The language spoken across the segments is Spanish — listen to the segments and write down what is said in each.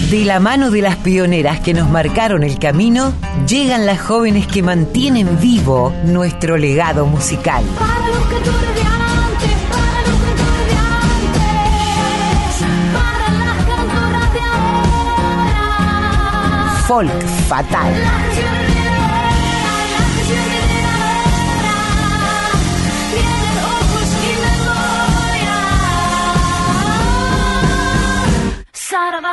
De la mano de las pioneras que nos marcaron el camino, llegan las jóvenes que mantienen vivo nuestro legado musical. Para los cantores de antes, para los cantores de antes, para las cantoras de ahora. Folk Fatal. La canción de ahora, tienen ojos y memoria. Sarabá.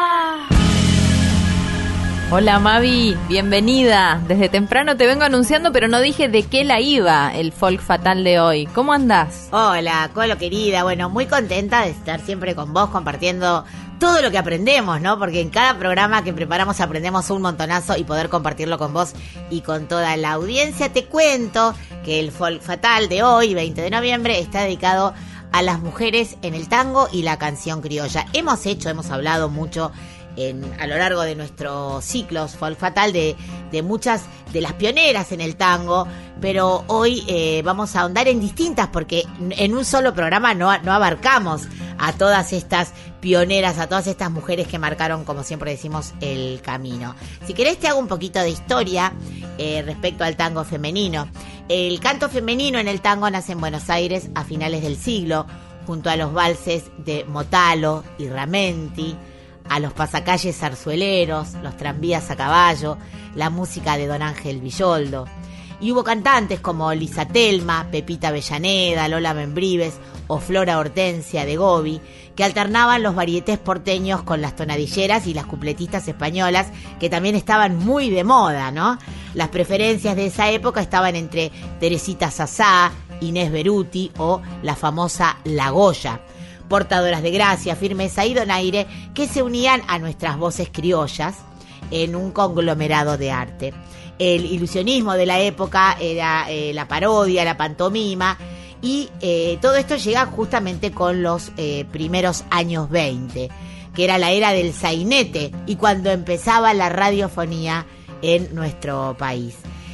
Hola Mavi, bienvenida. Desde temprano te vengo anunciando, pero no dije de qué la iba el Folk Fatal de hoy. ¿Cómo andás? Hola, Colo querida. Bueno, muy contenta de estar siempre con vos compartiendo todo lo que aprendemos, ¿no? Porque en cada programa que preparamos aprendemos un montonazo y poder compartirlo con vos y con toda la audiencia. Te cuento que el Folk Fatal de hoy, 20 de noviembre, está dedicado a las mujeres en el tango y la canción criolla. Hemos hablado mucho a lo largo de nuestros ciclos Folk Fatal de muchas de las pioneras en el tango, pero hoy vamos a ahondar en distintas, porque en un solo programa no abarcamos a todas estas pioneras, a todas estas mujeres que marcaron, como siempre decimos, el camino. Si querés te hago un poquito de historia respecto al tango femenino. El canto femenino en el tango nace en Buenos Aires a finales del siglo, junto a los valses de Motalo y Ramenti, a los pasacalles zarzueleros, los tranvías a caballo, la música de Don Ángel Villoldo. Y hubo cantantes como Lisa Telma, Pepita Avellaneda, Lola Membrives o Flora Hortensia de Gobi, que alternaban los varietés porteños con las tonadilleras y las cupletistas españolas, que también estaban muy de moda, ¿no? Las preferencias de esa época estaban entre Teresita Sasá, Inés Beruti o la famosa La Goya, portadoras de gracia, firmeza y donaire, que se unían a nuestras voces criollas en un conglomerado de arte. El ilusionismo de la época era la parodia, la pantomima, y todo esto llega justamente con los primeros años 20, que era la era del sainete y cuando empezaba la radiofonía en nuestro país.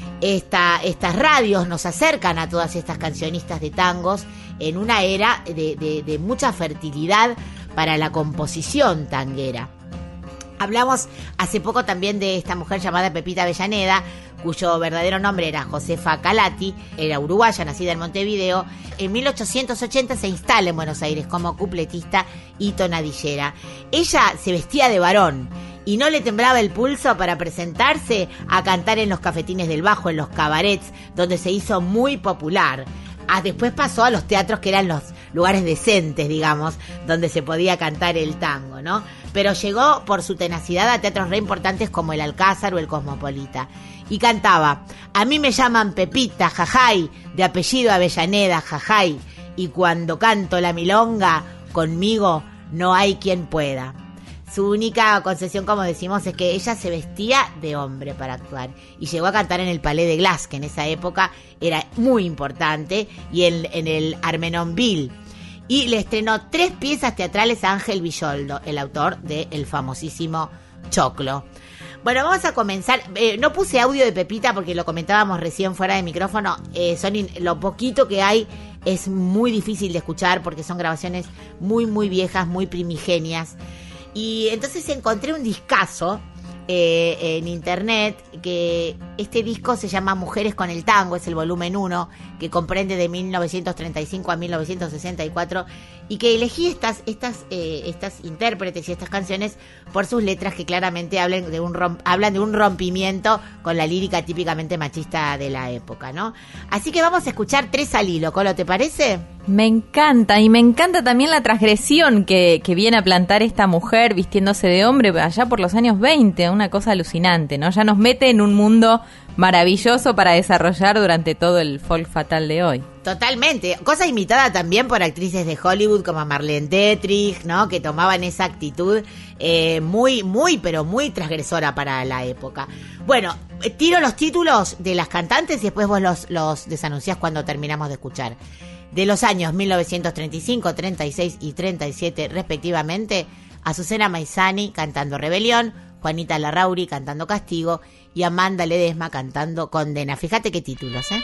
Estas radios nos acercan a todas estas cancionistas de tangos en una era de mucha fertilidad para la composición tanguera. Hablamos hace poco también de esta mujer llamada Pepita Avellaneda, cuyo verdadero nombre era Josefa Calati, era uruguaya, nacida en Montevideo. En 1880 se instala en Buenos Aires como cupletista y tonadillera. Ella se vestía de varón y no le temblaba el pulso para presentarse a cantar en los cafetines del Bajo, en los cabarets, donde se hizo muy popular. Después pasó a los teatros, que eran los lugares decentes, digamos, donde se podía cantar el tango, ¿no? Pero llegó por su tenacidad a teatros re importantes como el Alcázar o el Cosmopolita. Y cantaba: a mí me llaman Pepita, jajay, de apellido Avellaneda, jajay, y cuando canto la milonga, conmigo no hay quien pueda. Su única concesión, como decimos, es que ella se vestía de hombre para actuar y llegó a cantar en el Palais de Glace, que en esa época era muy importante, y en el Armenonville. Y le estrenó 3 piezas teatrales a Ángel Villoldo, el autor del famosísimo Choclo. Bueno, vamos a comenzar. No puse audio de Pepita porque lo comentábamos recién fuera de micrófono. Lo poquito que hay es muy difícil de escuchar porque son grabaciones muy, muy viejas, muy primigenias. Y entonces encontré un discazo en internet, que este disco se llama Mujeres con el Tango, es el volumen 1, que comprende de 1935 a 1964, y que elegí estas intérpretes y estas canciones por sus letras, que claramente hablan de un rompimiento con la lírica típicamente machista de la época, ¿no? Así que vamos a escuchar 3 al hilo, Colo, ¿te parece? Me encanta, y me encanta también la transgresión que viene a plantar esta mujer vistiéndose de hombre allá por los años 20, una cosa alucinante, ¿no? Ya nos mete en un mundo maravilloso para desarrollar durante todo el Folk Fatal de hoy. Totalmente, cosa imitada también por actrices de Hollywood como Marlene Dietrich, ¿no? Que tomaban esa actitud pero muy transgresora para la época. Bueno, tiro los títulos de las cantantes y después vos los desanunciás cuando terminamos de escuchar. De los años 1935, 36 y 37 respectivamente, Azucena Maizani cantando Rebelión, Juanita Larrauri cantando Castigo y Amanda Ledesma cantando Condena. Fíjate qué títulos, ¿eh?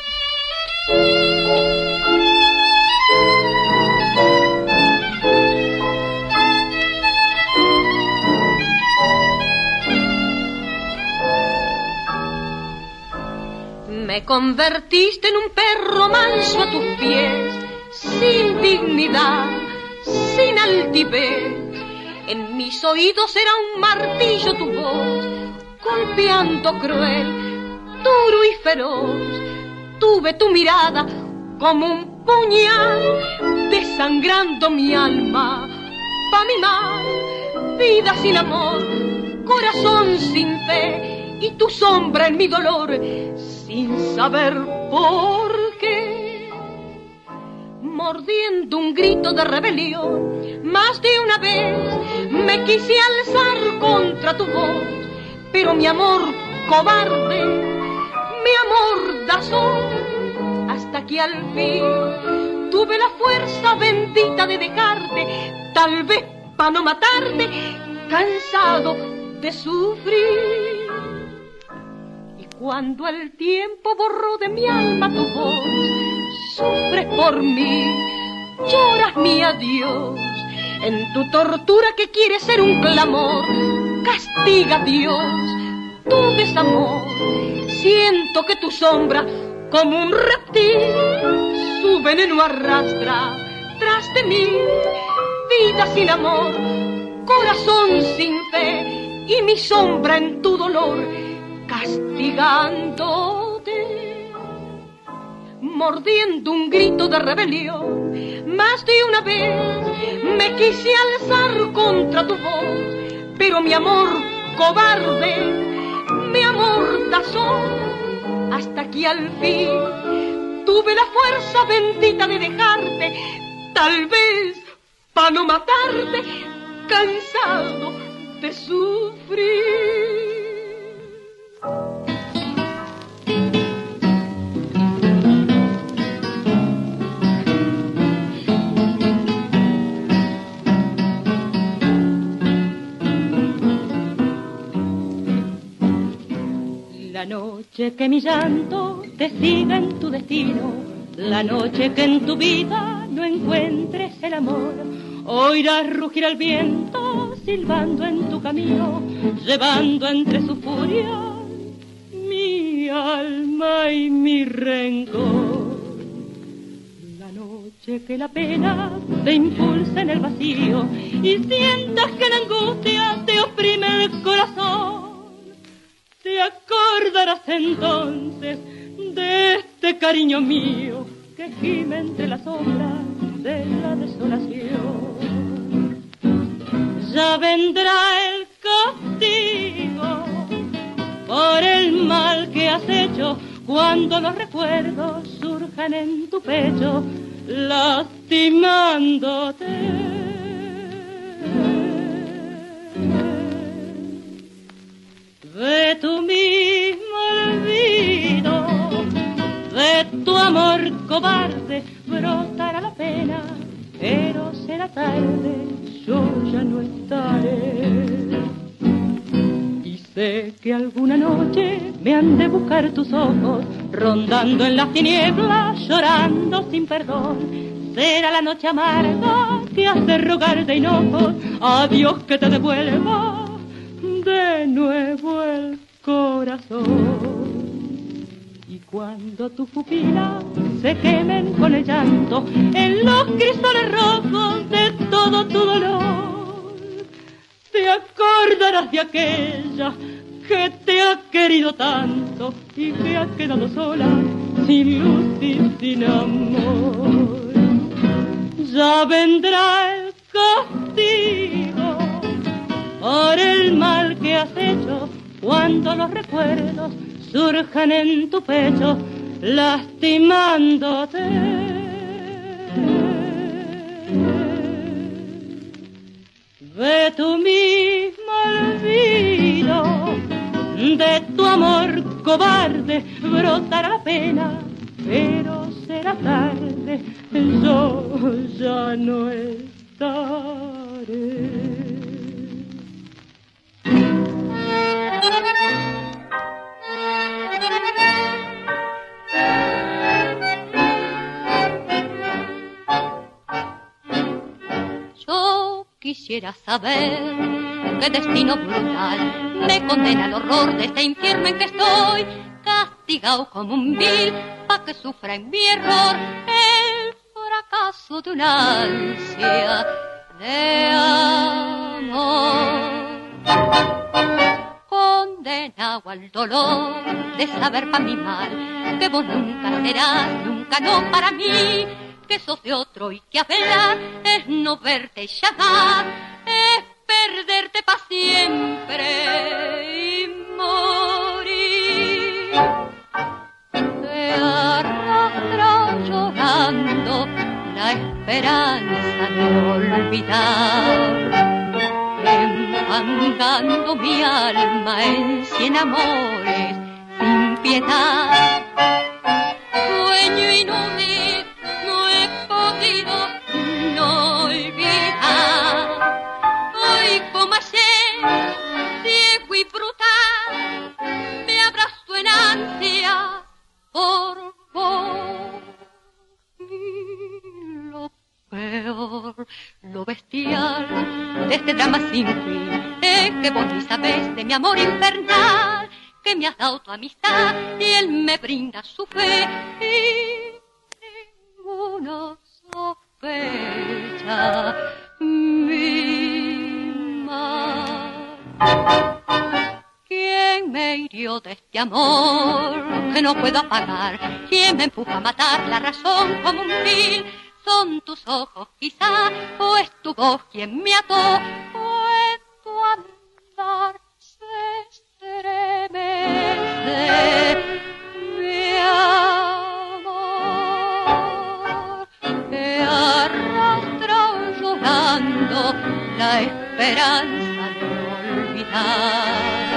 Me convertiste en un perro manso a tus pies, sin dignidad, sin altivez. En mis oídos era un martillo tu voz, golpeando cruel, duro y feroz. Tuve tu mirada como un puñal, desangrando mi alma, pa' mi mal. Vida sin amor, corazón sin fe, y tu sombra en mi dolor, sin saber por qué. Mordiendo un grito de rebelión, más de una vez me quise alzar contra tu voz, pero mi amor cobarde, mi amor dazón, hasta que al fin tuve la fuerza bendita de dejarte, tal vez pa' no matarte, cansado de sufrir. Y cuando el tiempo borró de mi alma tu voz, sufres por mí, lloras mi adiós. En tu tortura que quiere ser un clamor, castiga Dios tu desamor. Siento que tu sombra, como un reptil, su veneno arrastra tras de mí. Vida sin amor, corazón sin fe, y mi sombra en tu dolor, castigándote. Mordiendo un grito de rebelión, más de una vez me quise alzar contra tu voz, pero mi amor cobarde, mi amor tazón, hasta que al fin tuve la fuerza bendita de dejarte, tal vez pa' no matarte, cansado de sufrir. La noche que mi llanto te siga en tu destino, la noche que en tu vida no encuentres el amor, oirás rugir al viento silbando en tu camino, llevando entre su furia mi alma y mi rencor. La noche que la pena te impulsa en el vacío y sientas que la angustia te oprime el corazón, te acordarás entonces de este cariño mío que gime entre las sombras de la desolación. Ya vendrá el castigo por el mal que has hecho cuando los recuerdos surjan en tu pecho lastimándote. De tu mismo olvido, de tu amor cobarde, brotará la pena, pero será tarde, yo ya no estaré. Y sé que alguna noche me han de buscar tus ojos, rondando en las tinieblas, llorando sin perdón. Será la noche amarga que hace rogar de hinojos a Dios que te devuelva de nuevo el corazón. Y cuando tus pupilas se quemen con el llanto en los cristales rojos de todo tu dolor, te acordarás de aquella que te ha querido tanto y que ha quedado sola, sin luz y sin amor. Ya vendrá el castigo por el mal que has hecho cuando los recuerdos surjan en tu pecho lastimándote. De tu mismo olvido, de tu amor cobarde, brotará la pena, pero será tarde, yo ya no estaré. Yo quisiera saber qué destino brutal me condena al horror de este infierno en que estoy, castigado como un vil, pa' que sufra en mi error el fracaso de una ansia de amor. Condenado al dolor de saber pa' mi mal que vos nunca lo serás, nunca no para mí, que sos de otro y que hablar es no verte llamar, es perderte pa' siempre y morir. Te arrastra llorando la esperanza de olvidar, enfangando mi alma en 100 amores sin piedad. Sueño inútil, no he podido no olvidar. Hoy como ayer, ciego y brutal, me abrazo en ansia por vos. Y lo peor, lo bestial de este drama sin fin es que vos ni sabés de mi amor infernal, que me has dado tu amistad y él me brinda su fe y ninguno sospecha mi mal. ¿Quién me hirió de este amor que no puedo apagar? ¿Quién me empuja a matar la razón como un vil? ¿Son tus ojos quizá o es tu voz quien me ató o es tu andar se estremece mi amor? Te arrastra llorando la esperanza de olvidar,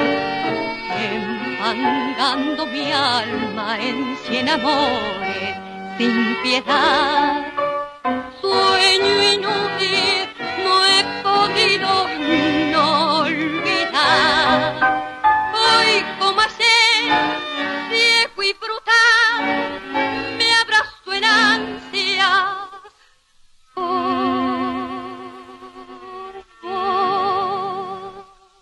enfangando mi alma en 100 amores sin piedad. Sueño inútil, no he podido no olvidar. Hoy como ayer, ciego y brutal, me abrazo en ansia por vos.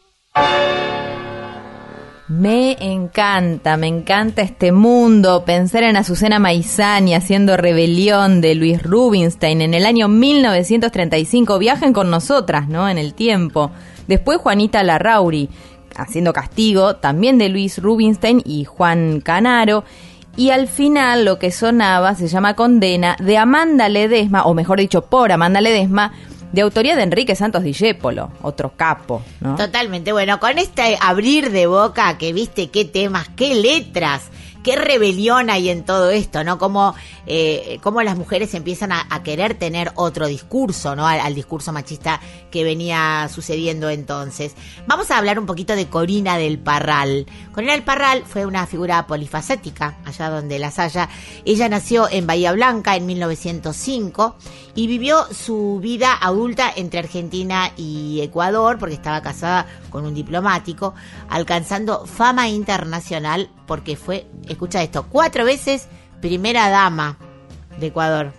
Me encanta este mundo. Pensar en Azucena Maizani haciendo Rebelión de Luis Rubinstein en el año 1935. Viajen con nosotras, ¿no? En el tiempo. Después Juanita Larrauri haciendo Castigo, también de Luis Rubinstein y Juan Canaro. Y al final lo que sonaba se llama Condena, de Amanda Ledesma, o mejor dicho, por Amanda Ledesma, de autoría de Enrique Santos Discépolo, otro capo, ¿no? Totalmente. Bueno, con este abrir de boca, que viste qué temas, qué letras, qué rebelión hay en todo esto, ¿no? Cómo las mujeres empiezan a querer tener otro discurso, ¿no? Al discurso machista que venía sucediendo entonces. Vamos a hablar un poquito de Corina del Parral. Corina del Parral fue una figura polifacética, allá donde las haya. Ella nació en Bahía Blanca en 1905 y vivió su vida adulta entre Argentina y Ecuador, porque estaba casada con un diplomático, alcanzando fama internacional porque fue, escucha esto, 4 veces primera dama de Ecuador,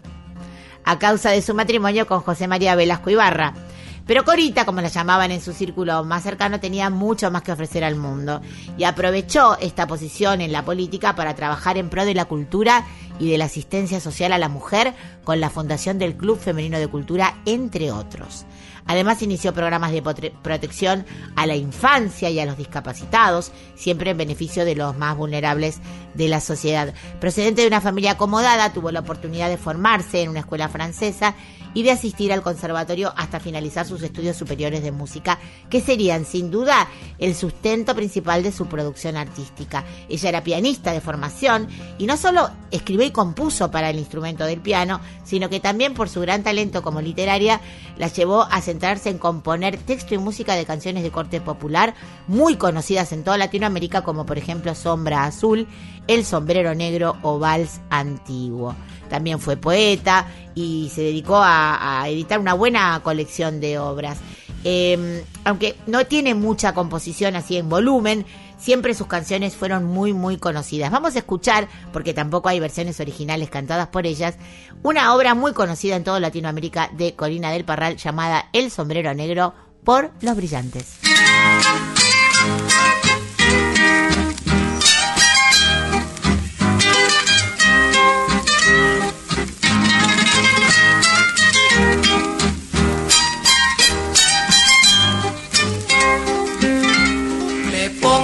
a causa de su matrimonio con José María Velasco Ibarra. Pero Corita, como la llamaban en su círculo más cercano, tenía mucho más que ofrecer al mundo y aprovechó esta posición en la política para trabajar en pro de la cultura y de la asistencia social a la mujer con la fundación del Club Femenino de Cultura, entre otros. Además, inició programas de protección a la infancia y a los discapacitados, siempre en beneficio de los más vulnerables de la sociedad. Procedente de una familia acomodada, tuvo la oportunidad de formarse en una escuela francesa y de asistir al conservatorio hasta finalizar sus estudios superiores de música, que serían, sin duda, el sustento principal de su producción artística. Ella era pianista de formación y no solo escribió y compuso para el instrumento del piano, sino que también por su gran talento como literaria la llevó a centrarse en componer texto y música de canciones de corte popular muy conocidas en toda Latinoamérica, como por ejemplo Sombra Azul, El Sombrero Negro o Vals Antiguo. También fue poeta y se dedicó a editar una buena colección de obras. Aunque no tiene mucha composición así en volumen, siempre sus canciones fueron muy muy conocidas. Vamos a escuchar, porque tampoco hay versiones originales cantadas por ellas, una obra muy conocida en toda Latinoamérica de Corina del Parral llamada El Sombrero Negro por Los Brillantes.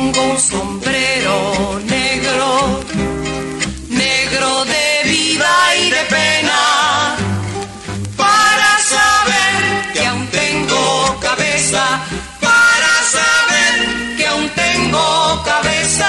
pongo un sombrero negro, negro de vida y de pena, para saber que aún tengo cabeza, para saber que aún tengo cabeza.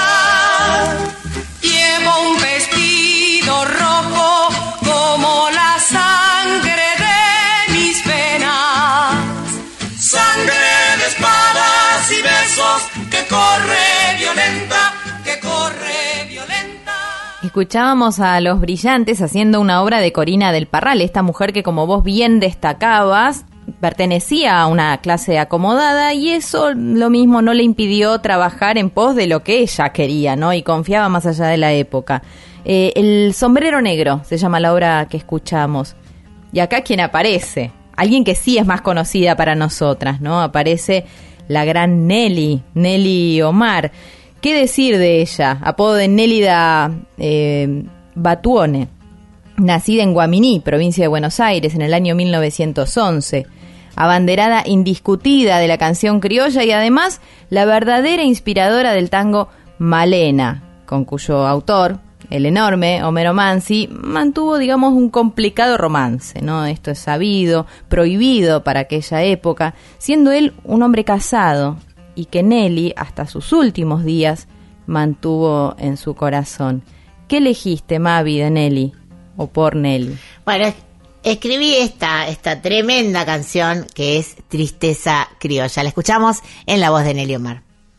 Llevo un vestido rojo como la sangre de mis venas, sangre de espadas y besos que corre violenta, que corre violenta. Escuchábamos a Los Brillantes haciendo una obra de Corina del Parral, esta mujer que, como vos bien destacabas, pertenecía a una clase acomodada, y eso lo mismo no le impidió trabajar en pos de lo que ella quería, ¿no? Y confiaba más allá de la época. El sombrero negro se llama la obra que escuchamos. Y acá, ¿quién aparece? Alguien que sí es más conocida para nosotras, ¿no? Aparece la gran Nelly Omar. ¿Qué decir de ella? Apodo de Nélida Batuone. Nacida en Guaminí, provincia de Buenos Aires, en el año 1911. Abanderada indiscutida de la canción criolla y además la verdadera inspiradora del tango Malena, con cuyo autor, el enorme Homero Mansi, mantuvo, digamos, un complicado romance, ¿no? Esto es sabido, prohibido para aquella época, siendo él un hombre casado y que Nelly, hasta sus últimos días, mantuvo en su corazón. ¿Qué elegiste, Mavi, de Nelly? ¿O por Nelly? Bueno, escribí esta tremenda canción que es Tristeza Criolla. La escuchamos en la voz de Nelly Omar.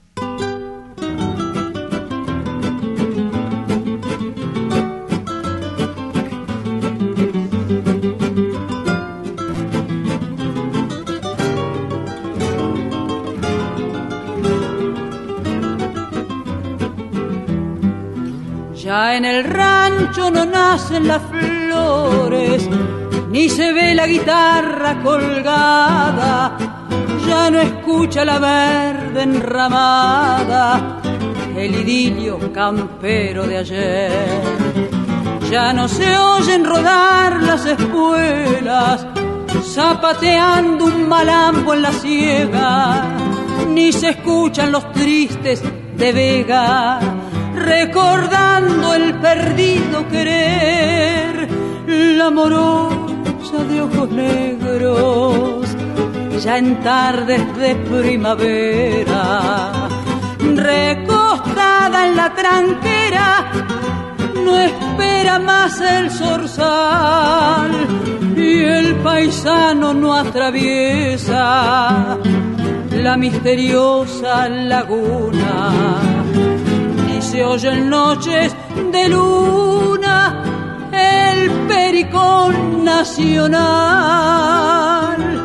Ya en el rancho no nacen las flores, ni se ve la guitarra colgada, ya no escucha la verde enramada, el idilio campero de ayer. Ya no se oyen rodar las espuelas, zapateando un malambo en la siega, ni se escuchan los tristes de Vega, recordando el perdido querer, la morosa de ojos negros, ya en tardes de primavera, recostada en la tranquera, no espera más el zorzal, y el paisano no atraviesa la misteriosa laguna. Se oyen noches de luna el pericón nacional.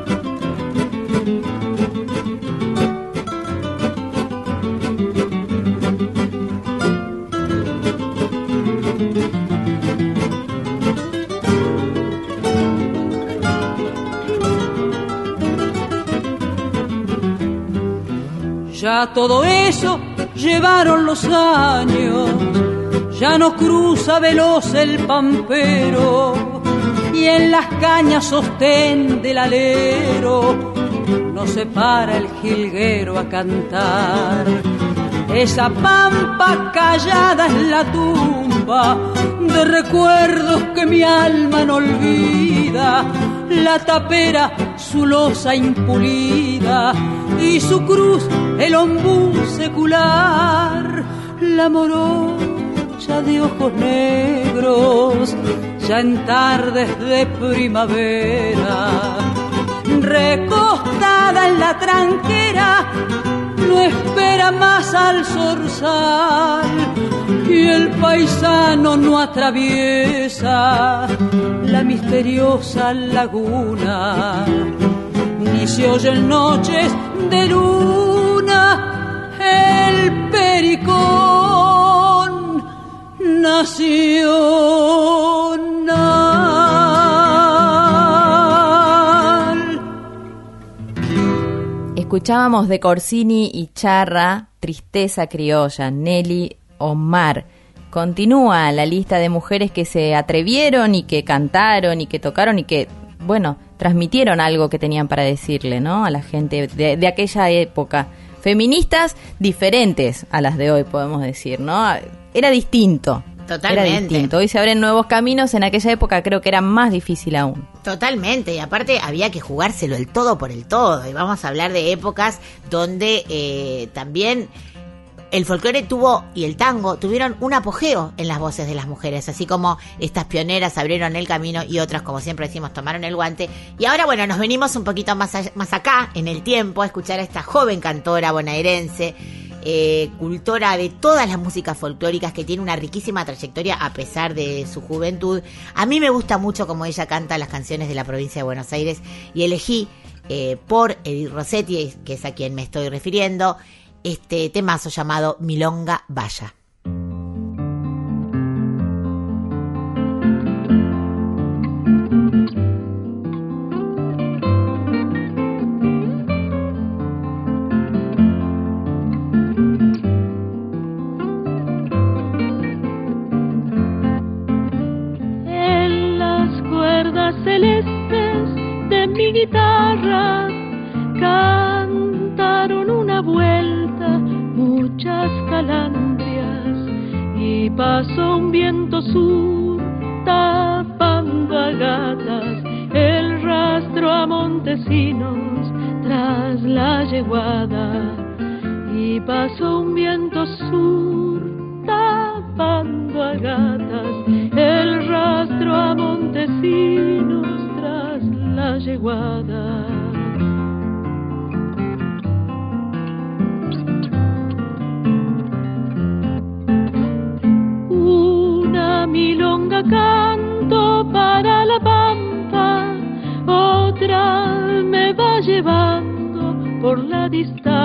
Ya todo eso llevaron los años, ya no cruza veloz el pampero, y en las cañas sostén del alero no se para el jilguero a cantar. Esa pampa callada es la tumba de recuerdos que mi alma no olvida, la tapera su losa impulida y su cruz el ombú secular, la morocha de ojos negros, ya en tardes de primavera, recostada en la tranquera, no espera más al zorzal, y el paisano no atraviesa la misteriosa laguna, ni se oyen noches de luna el pericón nacional. Escuchábamos de Corsini y Charra, Tristeza Criolla, Nelly Omar. Continúa la lista de mujeres que se atrevieron y que cantaron y que tocaron y que bueno, transmitieron algo que tenían para decirle, ¿no? A la gente de aquella época. Feministas diferentes a las de hoy, podemos decir, ¿no? Era distinto. Totalmente. Era distinto. Hoy se abren nuevos caminos, en aquella época creo que era más difícil aún. Totalmente, y aparte había que jugárselo el todo por el todo. Y vamos a hablar de épocas donde también el folclore tuvo y el tango tuvieron un apogeo en las voces de las mujeres, así como estas pioneras abrieron el camino y otras, como siempre decimos, tomaron el guante. Y ahora, bueno, nos venimos un poquito más acá en el tiempo a escuchar a esta joven cantora bonaerense, cultora de todas las músicas folclóricas, que tiene una riquísima trayectoria a pesar de su juventud. A mí me gusta mucho como ella canta las canciones de la provincia de Buenos Aires y elegí por Edith Rossetti, que es a quien me estoy refiriendo, este temazo llamado Milonga Vaya. En las cuerdas celestes de mi guitarra cantaron una vuelta muchas calandrias, y pasó un viento sur tapando a gatas el rastro a Montesinos tras la yeguada. Y pasó un viento sur tapando a gatas el rastro a Montesinos tras la yeguada. Una milonga canto para la pampa, otra me va llevando por la distancia.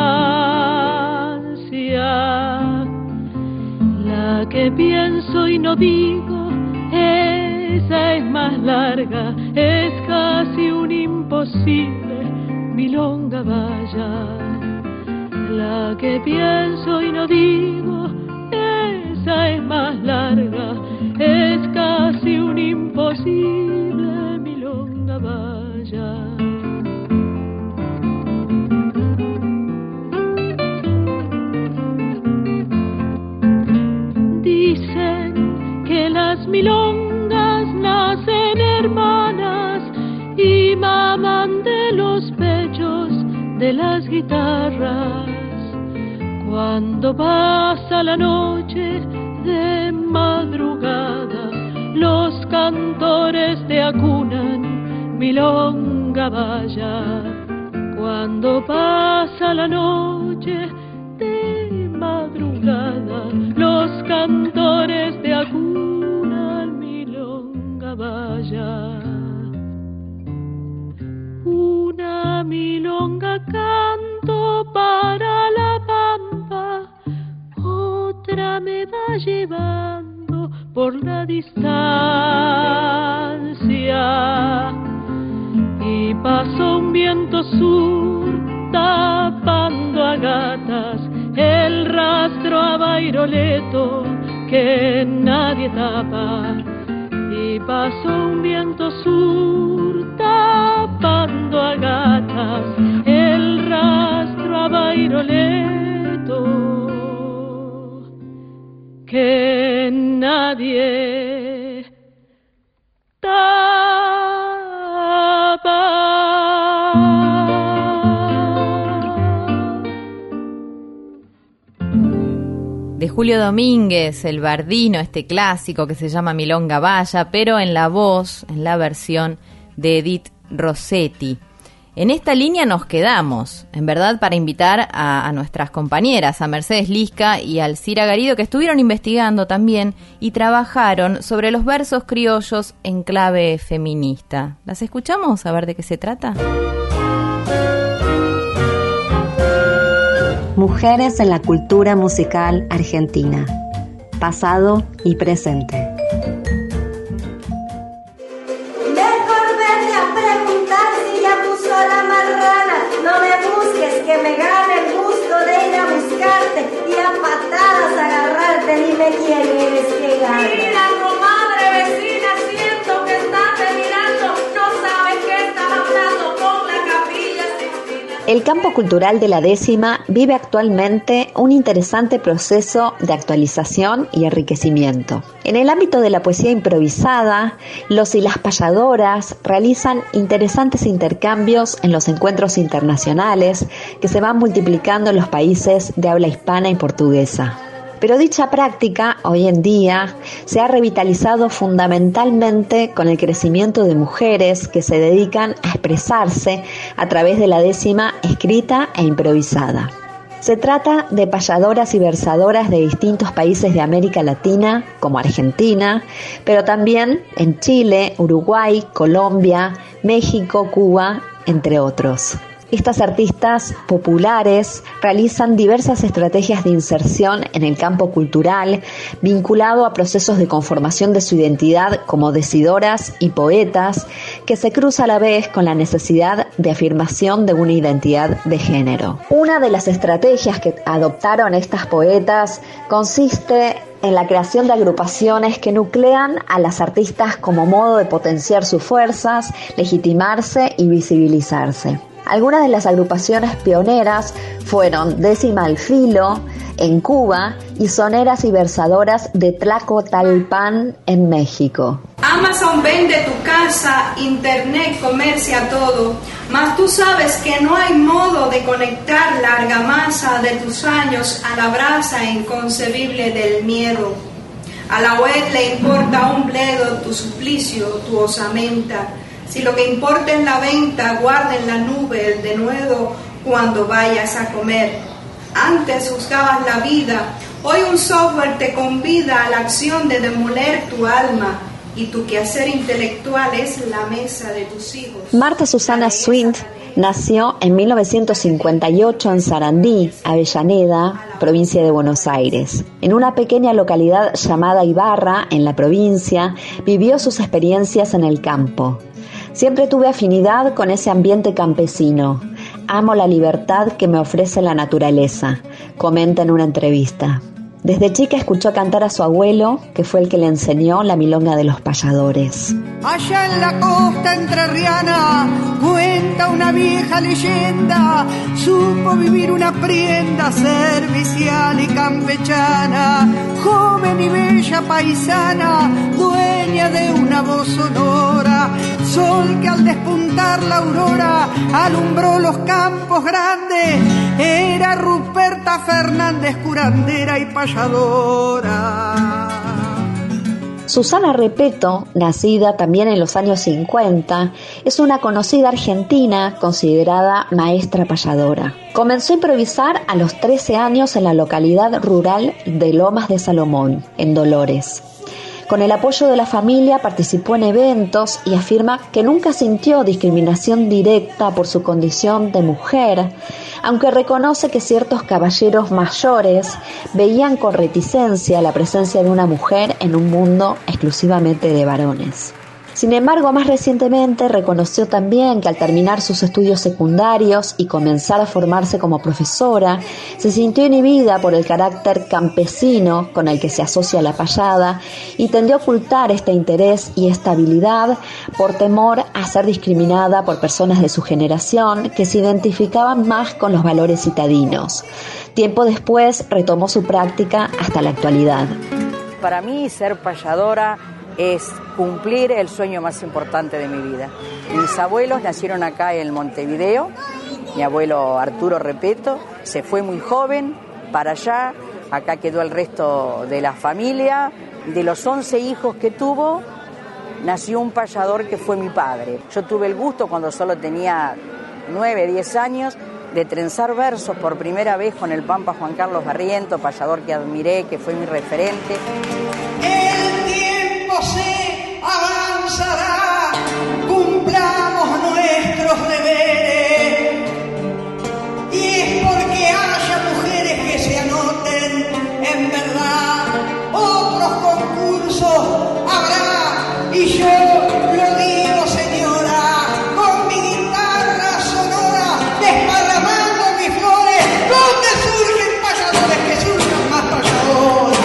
La que pienso y no digo, esa es más larga, es casi un imposible, milonga vaya. La que pienso y no digo, esa es más larga, es casi un imposible, milonga vaya. Dicen que las milongas nacen hermanas y maman de los pechos de las guitarras. Cuando pasa la noche de madrugada, los cantores te acunan, milonga vaya. Cuando pasa la noche de madrugada, los cantores te acunan, milonga vaya. Una milonga canto para la pampa, otra me va llevando por la distancia. Y pasó un viento sur tapando a gatas el rastro a Bairoleto que nadie tapa. Y pasó un viento sur tapando a gatas el rastro a Bairoleto que nadie tapa. De Julio Domínguez, el bardino, este clásico que se llama Milonga Vaya, pero en la voz, en la versión de Edith Rossetti. En esta línea nos quedamos, en verdad, para invitar a nuestras compañeras, a Mercedes Lisca y a Alcira Garido, que estuvieron investigando también y trabajaron sobre los versos criollos en clave feminista. ¿Las escuchamos? A ver de qué se trata. Mujeres en la cultura musical argentina, pasado y presente. Mejor vete a preguntar si ya puso la marrana. No me busques que me gane el gusto de ir a buscarte y a patadas agarrarte. Dime quién eres que gana. Mira, comadre vecina, siento que estás delirando. No sabes El campo cultural de la décima vive actualmente un interesante proceso de actualización y enriquecimiento. En el ámbito de la poesía improvisada, los y las payadoras realizan interesantes intercambios en los encuentros internacionales que se van multiplicando en los países de habla hispana y portuguesa. Pero dicha práctica, hoy en día, se ha revitalizado fundamentalmente con el crecimiento de mujeres que se dedican a expresarse a través de la décima escrita e improvisada. Se trata de payadoras y versadoras de distintos países de América Latina, como Argentina, pero también en Chile, Uruguay, Colombia, México, Cuba, entre otros. Estas artistas populares realizan diversas estrategias de inserción en el campo cultural vinculado a procesos de conformación de su identidad como decidoras y poetas que se cruza a la vez con la necesidad de afirmación de una identidad de género. Una de las estrategias que adoptaron estas poetas consiste en la creación de agrupaciones que nuclean a las artistas como modo de potenciar sus fuerzas, legitimarse y visibilizarse. Algunas de las agrupaciones pioneras fueron Décima al Filo en Cuba y Soneras y Versadoras de Tlacotalpan en México. Amazon vende tu casa, internet comercia todo, mas tú sabes que no hay modo de conectar la argamasa de tus años a la brasa inconcebible del miedo. A la web le importa un bledo tu suplicio, tu osamenta. Si lo que importa es la venta, guarda en la nube el denuedo cuando vayas a comer. Antes buscabas la vida, hoy un software te convida a la acción de demoler tu alma y tu quehacer intelectual es la mesa de tus hijos. Marta Susana Swint nació en 1958 en Sarandí, Avellaneda, provincia de Buenos Aires. En una pequeña localidad llamada Ibarra, en la provincia, vivió sus experiencias en el campo. Siempre tuve afinidad con ese ambiente campesino. Amo la libertad que me ofrece la naturaleza, comenta en una entrevista. Desde chica escuchó cantar a su abuelo, que fue el que le enseñó la milonga de los payadores. Allá en la costa entrerriana cuenta una vieja leyenda, supo vivir una prienda servicial y campechana, joven y bella paisana, dueña de una voz sonora, sol que al despuntar la aurora alumbró los campos grandes, era Ruperta Fernández, curandera y payadora. Susana Repetto, nacida también en los años 50, es una conocida argentina considerada maestra payadora. Comenzó a improvisar a los 13 años en la localidad rural de Lomas de Salomón, en Dolores. Con el apoyo de la familia participó en eventos y afirma que nunca sintió discriminación directa por su condición de mujer, aunque reconoce que ciertos caballeros mayores veían con reticencia la presencia de una mujer en un mundo exclusivamente de varones. Sin embargo, más recientemente reconoció también que al terminar sus estudios secundarios y comenzar a formarse como profesora, se sintió inhibida por el carácter campesino con el que se asocia la payada y tendió a ocultar este interés y esta habilidad por temor a ser discriminada por personas de su generación que se identificaban más con los valores citadinos. Tiempo después retomó su práctica hasta la actualidad. Para mí, ser payadora es cumplir el sueño más importante de mi vida. Mis abuelos nacieron acá en Montevideo. Mi abuelo Arturo Repetto se fue muy joven para allá. Acá quedó el resto de la familia. De los 11 hijos que tuvo, nació un payador que fue mi padre. Yo tuve el gusto, cuando solo tenía 9, 10 años, de trenzar versos por primera vez con el pampa Juan Carlos Barriento, payador que admiré, que fue mi referente. El tiempo se avanzará, cumplamos nuestros deberes, y es porque haya mujeres que se anoten en verdad, otros concursos habrá, y yo lo digo, señora, con mi guitarra sonora, desparramando mis flores, donde surgen payadores, que surjan más payadoras.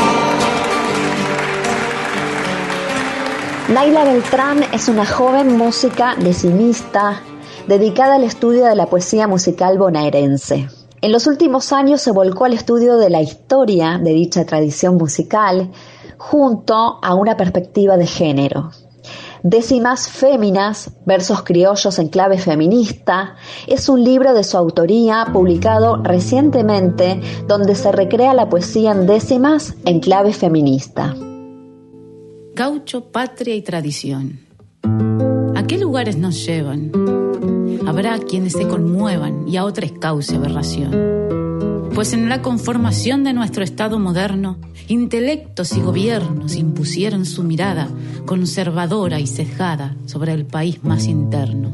Naila Beltrán es una joven música decimista dedicada al estudio de la poesía musical bonaerense. En los últimos años se volcó al estudio de la historia de dicha tradición musical junto a una perspectiva de género. Décimas Féminas, versos criollos en clave feminista, es un libro de su autoría publicado recientemente donde se recrea la poesía en décimas en clave feminista. Gaucho, patria y tradición. ¿A qué lugares nos llevan? Habrá quienes se conmuevan y a otros cause aberración. Pues en la conformación de nuestro Estado moderno, intelectos y gobiernos impusieron su mirada conservadora y sesgada sobre el país más interno.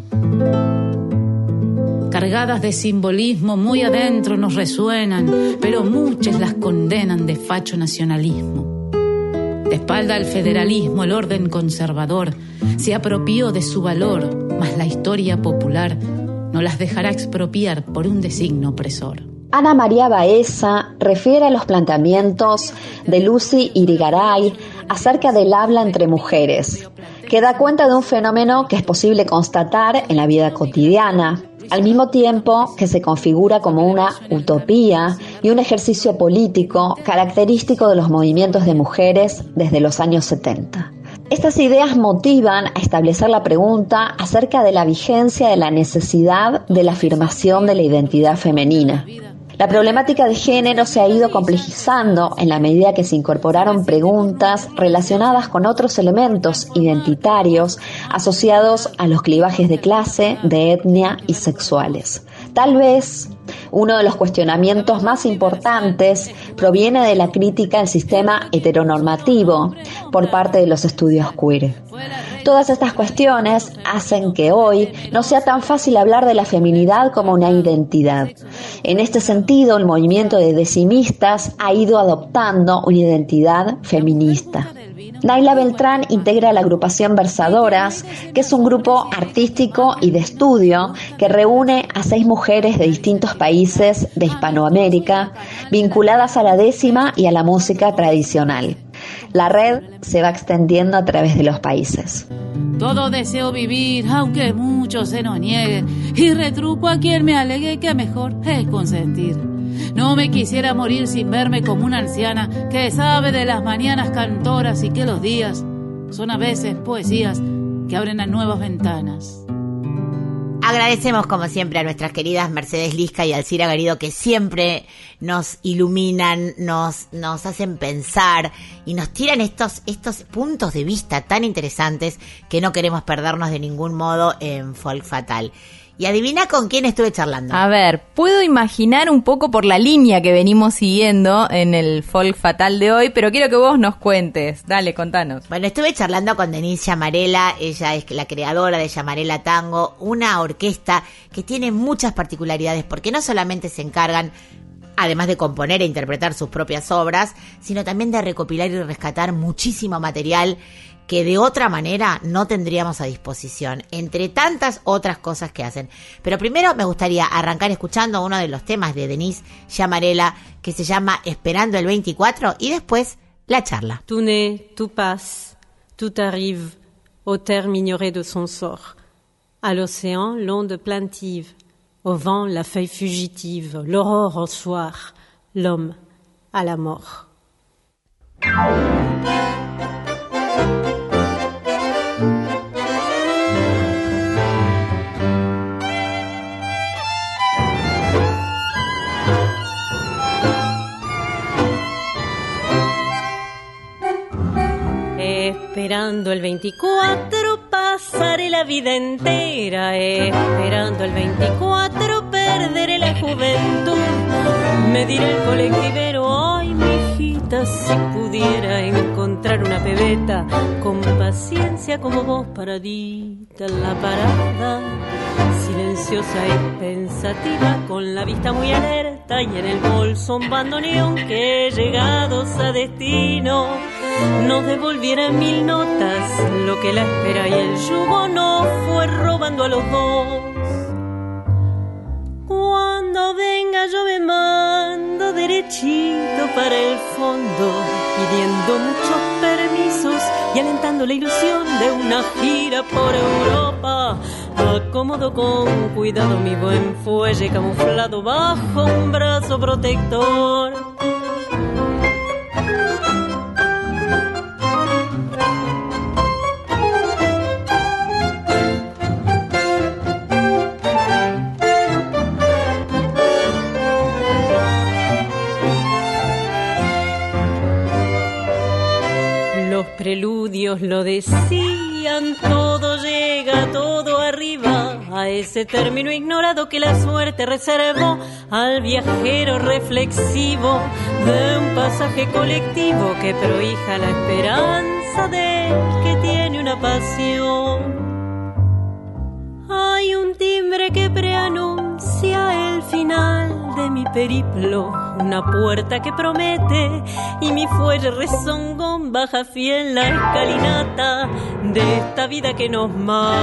Cargadas de simbolismo muy adentro nos resuenan, pero muchas las condenan de facho nacionalismo. De espalda al federalismo, el orden conservador se apropió de su valor, mas la historia popular no las dejará expropiar por un designio opresor. Ana María Baeza refiere a los planteamientos de Lucy Irigaray acerca del habla entre mujeres, que da cuenta de un fenómeno que es posible constatar en la vida cotidiana, al mismo tiempo que se configura como una utopía y un ejercicio político característico de los movimientos de mujeres desde los años 70. Estas ideas motivan a establecer la pregunta acerca de la vigencia de la necesidad de la afirmación de la identidad femenina. La problemática de género se ha ido complejizando en la medida que se incorporaron preguntas relacionadas con otros elementos identitarios asociados a los clivajes de clase, de etnia y sexuales. Tal vez uno de los cuestionamientos más importantes proviene de la crítica al sistema heteronormativo por parte de los estudios queer. Todas estas cuestiones hacen que hoy no sea tan fácil hablar de la feminidad como una identidad. En este sentido, el movimiento de decimistas ha ido adoptando una identidad feminista. Naila Beltrán integra la agrupación Versadoras, que es un grupo artístico y de estudio que reúne a 6 mujeres de distintos países de Hispanoamérica vinculadas a la décima y a la música tradicional. La red se va extendiendo a través de los países. Todo deseo vivir, aunque mucho se nos niegue, y retruco a quien me alegue que mejor es consentir. No me quisiera morir sin verme como una anciana que sabe de las mañanas cantoras y que los días son a veces poesías que abren a nuevas ventanas. Agradecemos como siempre a nuestras queridas Mercedes Lisca y Alcira Garido, que siempre nos iluminan, nos hacen pensar y nos tiran estos puntos de vista tan interesantes que no queremos perdernos de ningún modo en Folk Fatal. Y adivina con quién estuve charlando. A ver, puedo imaginar un poco por la línea que venimos siguiendo en el Folk Fatal de hoy, pero quiero que vos nos cuentes. Dale, contanos. Bueno, estuve charlando con Denise Llamarela. Ella es la creadora de Llamarela Tango, una orquesta que tiene muchas particularidades, porque no solamente se encargan, además de componer e interpretar sus propias obras, sino también de recopilar y rescatar muchísimo material que de otra manera no tendríamos a disposición, entre tantas otras cosas que hacen. Pero primero me gustaría arrancar escuchando uno de los temas de Denise Llamarela, que se llama Esperando el 24, y después la charla. Tout naît, tout passe, tout arrive, au terme ignoré de son sort. À l'océan, l'onde plaintive, au vent, la feuille fugitive, l'aurore au soir, l'homme à la mort. Esperando el 24 pasaré la vida entera, esperando el 24 perderé la juventud. Me dirá el colectivero, ay mi hijita, si pudiera encontrar una pebeta con paciencia como vos paradita en la parada, silenciosa y pensativa, con la vista muy alerta y en el bolso un bandoneón, que llegados a destino nos devolviera 1000 notas, lo que la espera y el yugo no fue robando a los dos. Cuando venga yo me mando derechito para el fondo, pidiendo muchos permisos y alentando la ilusión de una gira por Europa. acomodo con cuidado mi buen fuelle camuflado bajo un brazo protector. Los preludios lo decían, todo llega, todo arriba, a ese término ignorado que la suerte reservó al viajero reflexivo de un pasaje colectivo que prohija la esperanza del que tiene una pasión. Hay un timbre que preanuncia el final de mi periplo, una puerta que promete y mi fuelle rezongón baja fiel la escalinata de esta vida que nos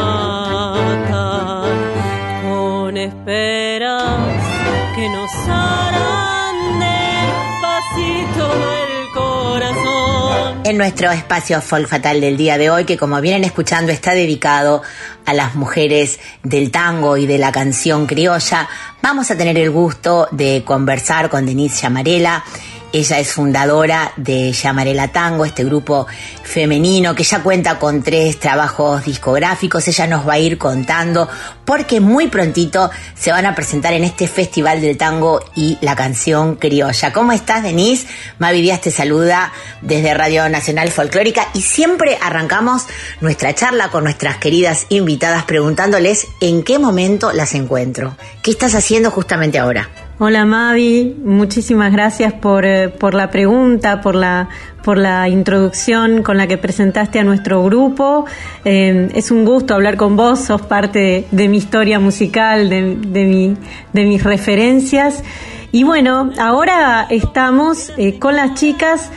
mata, con esperas que nos harán despacito el corazón. En nuestro espacio Folk Fatal del día de hoy, que como vienen escuchando está dedicado a las mujeres del tango y de la canción criolla, vamos a tener el gusto de conversar con Denise Llamarela. Ella es fundadora de Llamarela Tango, este grupo femenino que ya cuenta con 3 trabajos discográficos. Ella nos va a ir contando porque muy prontito se van a presentar en este Festival del Tango y la Canción Criolla. ¿Cómo estás, Denise? Mavi Díaz te saluda desde Radio Nacional Folclórica y siempre arrancamos nuestra charla con nuestras queridas invitadas preguntándoles en qué momento las encuentro. ¿Qué estás haciendo justamente ahora? Hola Mavi, muchísimas gracias por la pregunta, por la introducción con la que presentaste a nuestro grupo. Es un gusto hablar con vos, sos parte de mi historia musical, de mis referencias. Y bueno, ahora estamos con las chicas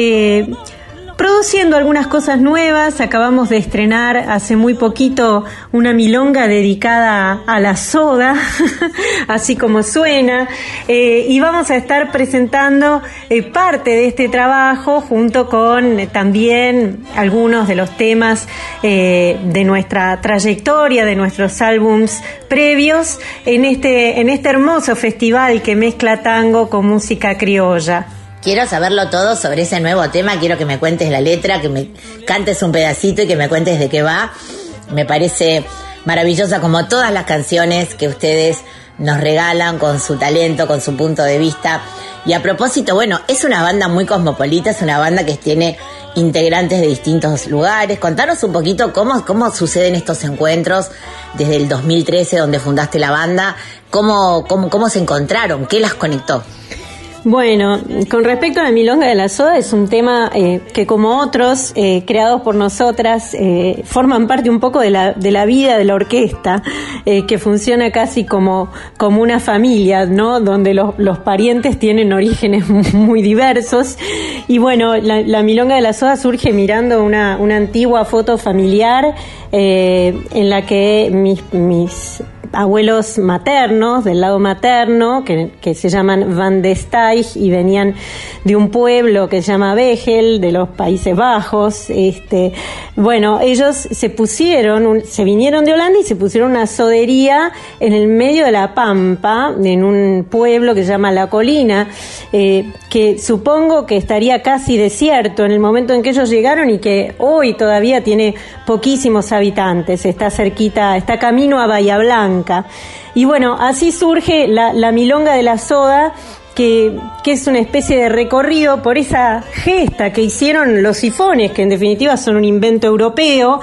produciendo algunas cosas nuevas. Acabamos de estrenar hace muy poquito una milonga dedicada a la soda, así como suena, y vamos a estar presentando parte de este trabajo junto con también algunos de los temas de nuestra trayectoria, de nuestros álbums previos, en este hermoso festival que mezcla tango con música criolla. Quiero saberlo todo sobre ese nuevo tema, quiero que me cuentes la letra, que me cantes un pedacito y que me cuentes de qué va. Me parece maravillosa como todas las canciones que ustedes nos regalan con su talento, con su punto de vista. Y a propósito, bueno, es una banda muy cosmopolita, es una banda que tiene integrantes de distintos lugares. Contanos un poquito cómo suceden estos encuentros desde el 2013, donde fundaste la banda, cómo se encontraron, qué las conectó. Bueno, con respecto a la milonga de la soda, es un tema que como otros creados por nosotras forman parte un poco de la vida de la orquesta, que funciona casi como una familia, ¿no? Donde los parientes tienen orígenes muy diversos. Y bueno, la milonga de la soda surge mirando una antigua foto familiar en la que mis abuelos maternos, del lado materno, que se llaman Van de Stijg y venían de un pueblo que se llama Veghel, de los Países Bajos. Bueno, ellos se vinieron de Holanda y se pusieron una sodería en el medio de la Pampa, en un pueblo que se llama La Colina, que supongo que estaría casi desierto en el momento en que ellos llegaron y que hoy todavía tiene poquísimos habitantes. Está cerquita, está camino a Bahía Blanca. Y bueno, así surge la milonga de la soda, que es una especie de recorrido por esa gesta que hicieron los sifones, que en definitiva son un invento europeo,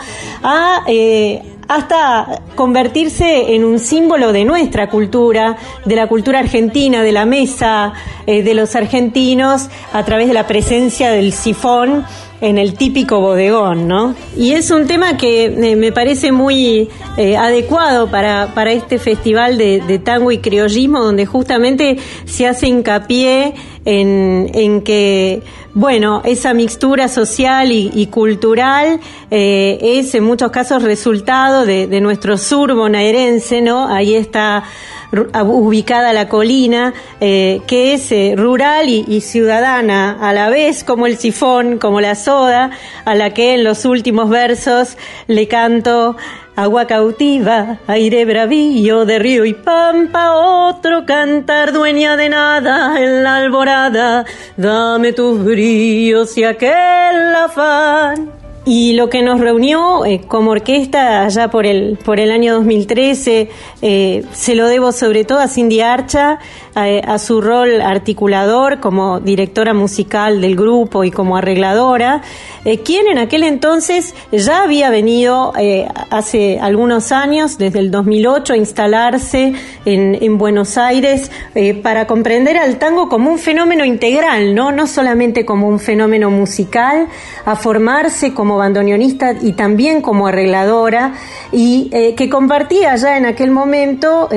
hasta convertirse en un símbolo de nuestra cultura, de la cultura argentina, de la mesa de los argentinos, a través de la presencia del sifón en el típico bodegón, ¿no? Y es un tema que me parece muy adecuado para este festival de tango y criollismo, donde justamente se hace hincapié en que, bueno, esa mixtura social y cultural es en muchos casos resultado de nuestro sur bonaerense, ¿no? Ahí está ubicada La Colina, que es rural y ciudadana a la vez, como el sifón, como la soda, a la que en los últimos versos le canto agua cautiva, aire bravío de río y pampa, otro cantar dueña de nada en la alborada, dame tus bríos y aquel afán. Y lo que nos reunió como orquesta allá por el año 2013, se lo debo sobre todo a Cindy Archa, a su rol articulador como directora musical del grupo y como arregladora, quien en aquel entonces ya había venido hace algunos años, desde el 2008, a instalarse en Buenos Aires para comprender al tango como un fenómeno integral, no solamente como un fenómeno musical, a formarse como bandoneonista y también como arregladora, y que compartía ya en aquel momento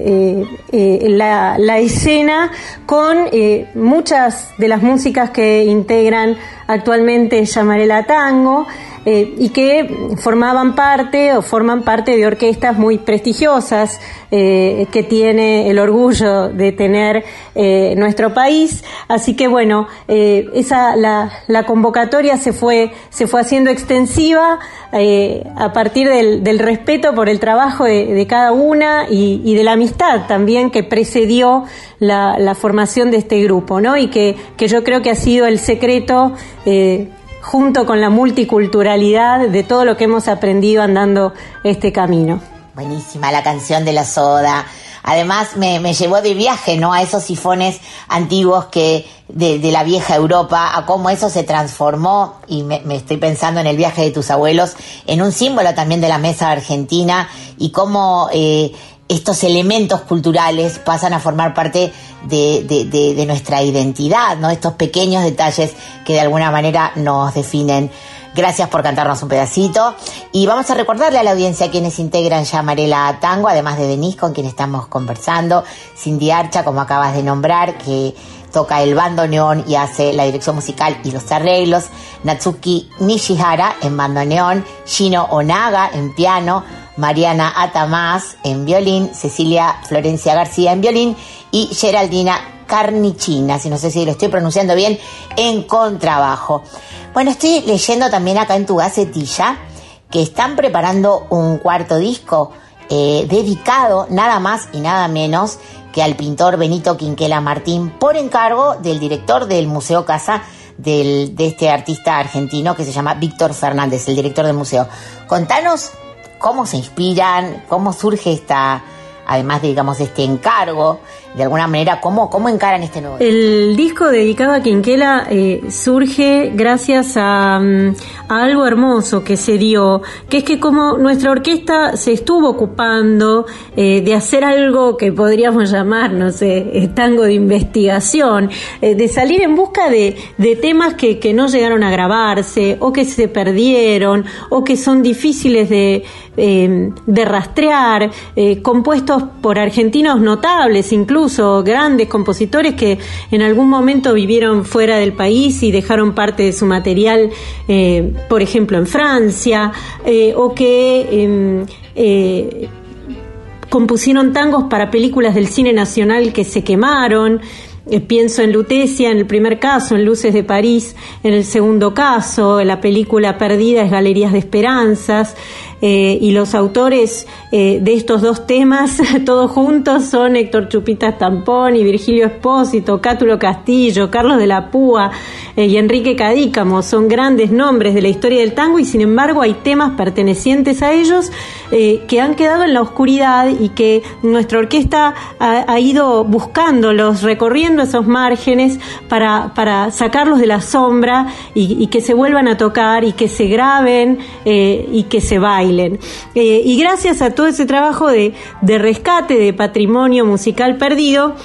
la escena con muchas de las músicas que integran actualmente Llamarela Tango, y que forman parte de orquestas muy prestigiosas que tiene el orgullo de tener nuestro país. Así que bueno, la convocatoria se fue haciendo extensiva a partir del respeto por el trabajo de cada una y de la amistad también que precedió la formación de este grupo, ¿no? Y que yo creo que ha sido el secreto, junto con la multiculturalidad, de todo lo que hemos aprendido andando este camino. Buenísima la canción de la Soda. Además me llevó de viaje, ¿no?, a esos sifones antiguos que de la vieja Europa, a cómo eso se transformó, y me estoy pensando en el viaje de tus abuelos, en un símbolo también de la mesa argentina, y cómo estos elementos culturales pasan a formar parte de nuestra identidad, ¿no? Estos pequeños detalles que de alguna manera nos definen. Gracias por cantarnos un pedacito. Y vamos a recordarle a la audiencia quienes integran Llamarela Tango, además de Denise, con quien estamos conversando, Cindy Archa, como acabas de nombrar, que toca el bandoneón y hace la dirección musical y los arreglos, Natsuki Nishihara en bandoneón, Shino Onaga en piano, Mariana Atamás en violín, Cecilia Florencia García en violín y Geraldina Carnichina, si no sé si lo estoy pronunciando bien, en contrabajo. Bueno, estoy leyendo también acá en tu gacetilla que están preparando un cuarto disco dedicado nada más y nada menos que al pintor Benito Quinquela Martín, por encargo del director del Museo Casa de este artista argentino que se llama Víctor Fernández, el director del museo. Contanos cómo se inspiran, cómo surge además de, digamos, este encargo, de alguna manera, cómo encaran este nuevo. El disco dedicado a Quinquela surge gracias a algo hermoso que se dio, que es que como nuestra orquesta se estuvo ocupando de hacer algo que podríamos llamar, no sé, tango de investigación, de salir en busca de temas que no llegaron a grabarse, o que se perdieron, o que son difíciles de rastrear, compuestos por argentinos notables, incluso grandes compositores que en algún momento vivieron fuera del país y dejaron parte de su material, por ejemplo en Francia, o que compusieron tangos para películas del cine nacional que se quemaron. Pienso en Lutecia en el primer caso, en Luces de París en el segundo caso, en la película Perdida es Galerías de Esperanzas, y los autores de estos dos temas, todos juntos, son Héctor Chupitas Tampón y Virgilio Espósito, Cátulo Castillo, Carlos de la Púa y Enrique Cadícamo. Son grandes nombres de la historia del tango, y sin embargo hay temas pertenecientes a ellos que han quedado en la oscuridad, y que nuestra orquesta ha ido buscándolos, recorriendo esos márgenes para sacarlos de la sombra y que se vuelvan a tocar y que se graben y que se bailen. Y gracias a todo ese trabajo de rescate de patrimonio musical perdido,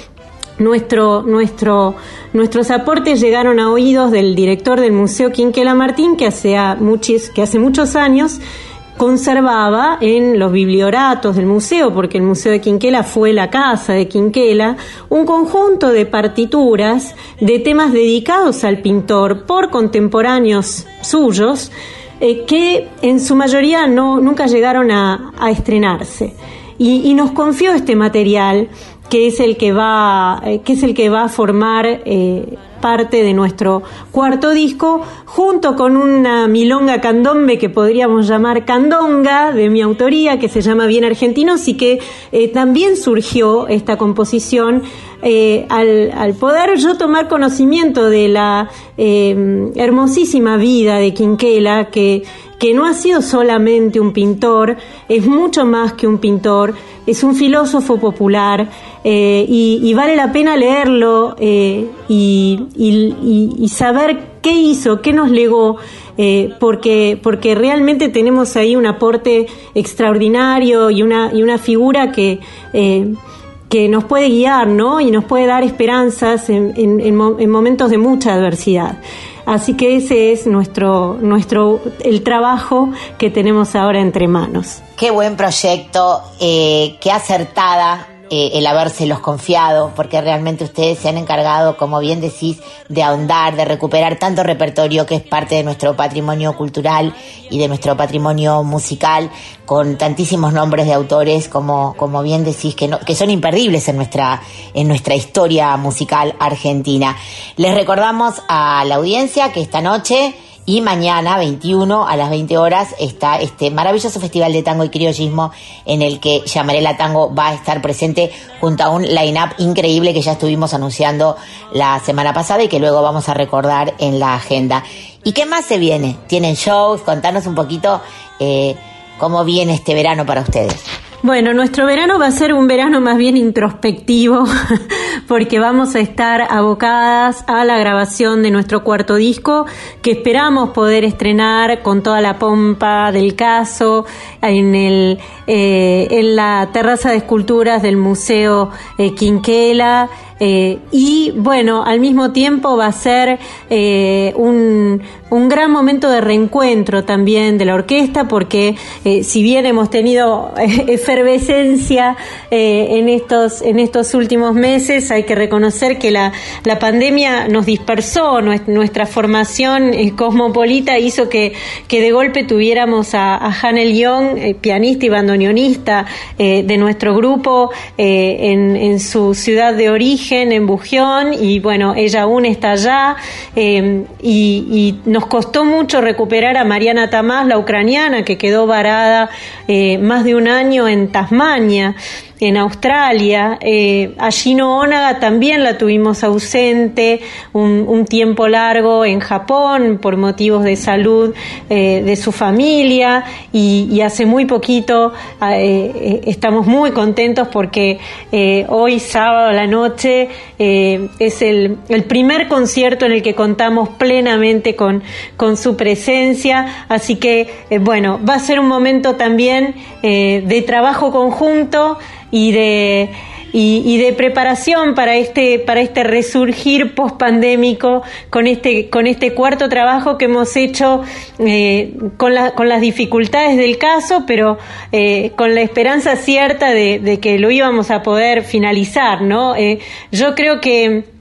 nuestros aportes llegaron a oídos del director del Museo Quinquela Martín, que hace muchos años conservaba en los biblioratos del museo, porque el Museo de Quinquela fue la casa de Quinquela, un conjunto de partituras de temas dedicados al pintor por contemporáneos suyos, que en su mayoría nunca llegaron a estrenarse. Y nos confió este material que es el que va a formar parte de nuestro cuarto disco, junto con una milonga candombe que podríamos llamar candonga, de mi autoría, que se llama Bien Argentinos, y que también surgió esta composición al poder yo tomar conocimiento de la hermosísima vida de Quinquela, que no ha sido solamente un pintor, es mucho más que un pintor, es un filósofo popular, y vale la pena leerlo y saber qué hizo, qué nos legó, porque realmente tenemos ahí un aporte extraordinario y una figura que nos puede guiar, ¿no? Y nos puede dar esperanzas en momentos de mucha adversidad. Así que ese es el trabajo que tenemos ahora entre manos. Qué buen proyecto, qué acertada el habérselos confiado, porque realmente ustedes se han encargado, como bien decís, de ahondar, de recuperar tanto repertorio que es parte de nuestro patrimonio cultural y de nuestro patrimonio musical, con tantísimos nombres de autores, como bien decís, que son imperdibles en nuestra historia musical argentina. Les recordamos a la audiencia que esta noche y mañana, 21, a las 20 horas, está este maravilloso festival de tango y criollismo en el que Llamarela Tango va a estar presente junto a un line-up increíble que ya estuvimos anunciando la semana pasada y que luego vamos a recordar en la agenda. ¿Y qué más se viene? ¿Tienen shows? Contanos un poquito cómo viene este verano para ustedes. Bueno, nuestro verano va a ser un verano más bien introspectivo, porque vamos a estar abocadas a la grabación de nuestro cuarto disco, que esperamos poder estrenar con toda la pompa del caso en la terraza de esculturas del Museo Quinquela. Y bueno, al mismo tiempo va a ser un gran momento de reencuentro también de la orquesta, porque si bien hemos tenido efervescencia en estos últimos meses, hay que reconocer que la pandemia nos dispersó. Nuestra formación cosmopolita hizo que de golpe tuviéramos a Hanel Young, pianista y bandoneonista de nuestro grupo, en su ciudad de origen, en Bujión, y bueno, ella aún está allá, y nos costó mucho recuperar a Mariana Tamás, la ucraniana, que quedó varada más de un año en Tasmania, en Australia. A Gino Onaga también la tuvimos ausente un tiempo largo en Japón por motivos de salud de su familia, y hace muy poquito estamos muy contentos porque hoy sábado a la noche es el primer concierto en el que contamos plenamente con su presencia, así que bueno, va a ser un momento también de trabajo conjunto y de preparación para este resurgir pospandémico con este cuarto trabajo que hemos hecho con las dificultades del caso, pero con la esperanza cierta de que lo íbamos a poder finalizar, ¿no? Yo creo que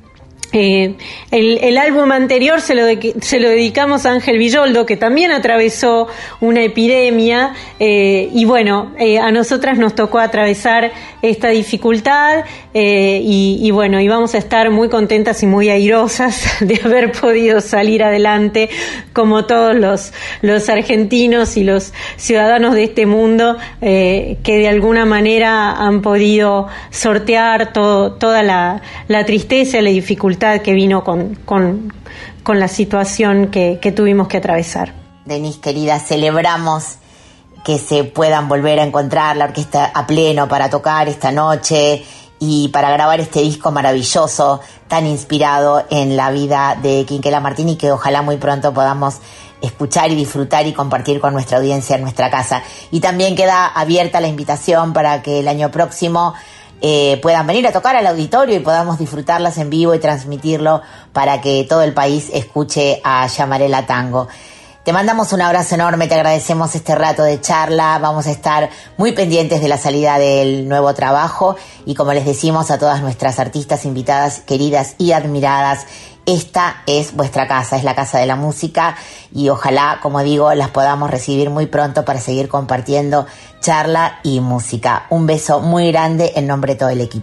el álbum anterior se lo dedicamos a Ángel Villoldo, que también atravesó una epidemia, y bueno, a nosotras nos tocó atravesar esta dificultad, y bueno, y vamos a estar muy contentas y muy airosas de haber podido salir adelante, como todos los argentinos y los ciudadanos de este mundo, que de alguna manera han podido sortear toda la tristeza y la dificultad que vino con la situación que tuvimos que atravesar. Denise, querida, celebramos que se puedan volver a encontrar la orquesta a pleno para tocar esta noche y para grabar este disco maravilloso, tan inspirado en la vida de Quinquela Martín, y que ojalá muy pronto podamos escuchar y disfrutar y compartir con nuestra audiencia en nuestra casa. Y también queda abierta la invitación para que el año próximo puedan venir a tocar al auditorio y podamos disfrutarlas en vivo y transmitirlo para que todo el país escuche a Llamarela Tango. Te mandamos un abrazo enorme, te agradecemos este rato de charla, vamos a estar muy pendientes de la salida del nuevo trabajo, y como les decimos a todas nuestras artistas invitadas, queridas y admiradas, esta es vuestra casa, es la casa de la música, y ojalá, como digo, las podamos recibir muy pronto para seguir compartiendo charla y música. Un beso muy grande en nombre de todo el equipo.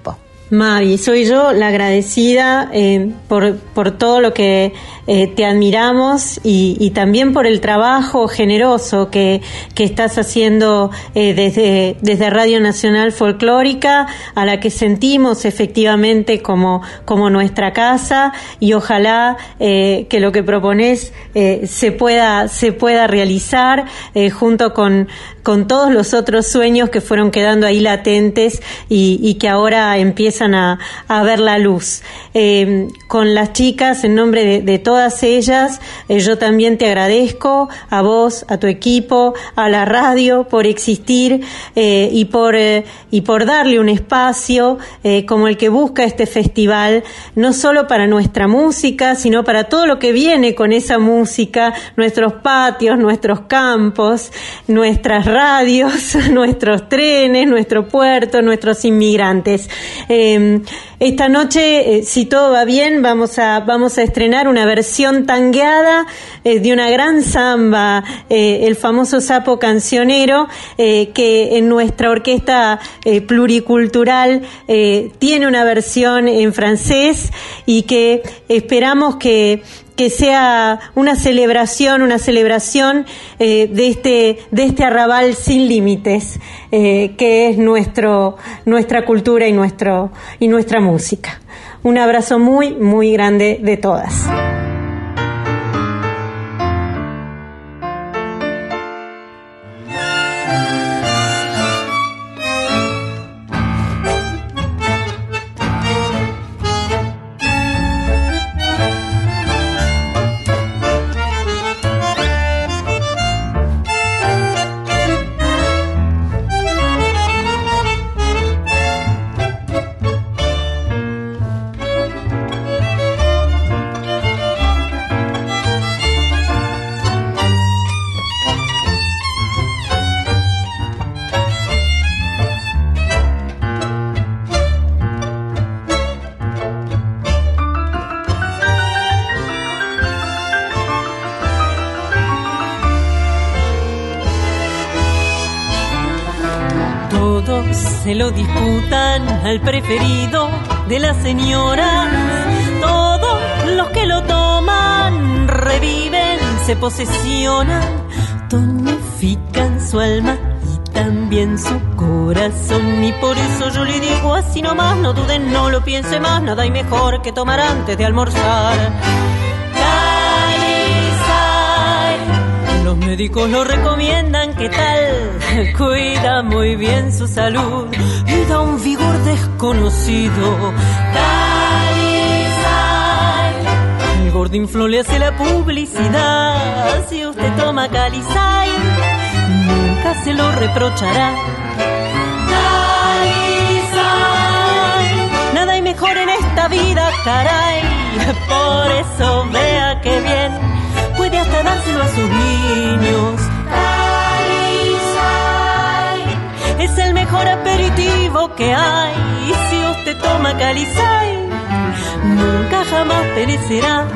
Mavi, soy yo la agradecida por todo lo que te admiramos y también por el trabajo generoso que estás haciendo desde Radio Nacional Folclórica, a la que sentimos efectivamente como nuestra casa, y ojalá que lo que propones se pueda realizar junto con todos los otros sueños que fueron quedando ahí latentes y que ahora empiezan a ver la luz. Con las chicas, en nombre de todas ellas, yo también te agradezco a vos, a tu equipo, a la radio por existir y por darle un espacio como el que busca este festival, no solo para nuestra música, sino para todo lo que viene con esa música, nuestros patios, nuestros campos, nuestras radios, nuestros trenes, nuestro puerto, nuestros inmigrantes. Esta noche, si todo va bien, vamos a estrenar una versión tangueada de una gran samba, el famoso Sapo Cancionero, que en nuestra orquesta pluricultural tiene una versión en francés y que esperamos que sea una celebración de este arrabal sin límites, que es nuestra cultura y nuestra música. Un abrazo muy, muy grande de todas. Se lo disputan al preferido de las señoras. Todos los que lo toman reviven, se posesionan, tonifican su alma y también su corazón. Y por eso yo le digo así nomás, no duden, no lo piense más, nada hay mejor que tomar antes de almorzar. Los médicos lo recomiendan, ¿qué tal? Cuida muy bien su salud y da un vigor desconocido. Calizay. El Gordinflón le hace la publicidad. Si usted toma Calizay, nunca se lo reprochará. Calizay. Nada hay mejor en esta vida, caray. Por eso vea que bien puede hasta dárselo a sus niños. Calizay es el mejor aperitivo que hay. Y si usted toma Calizay, nunca jamás perecerá.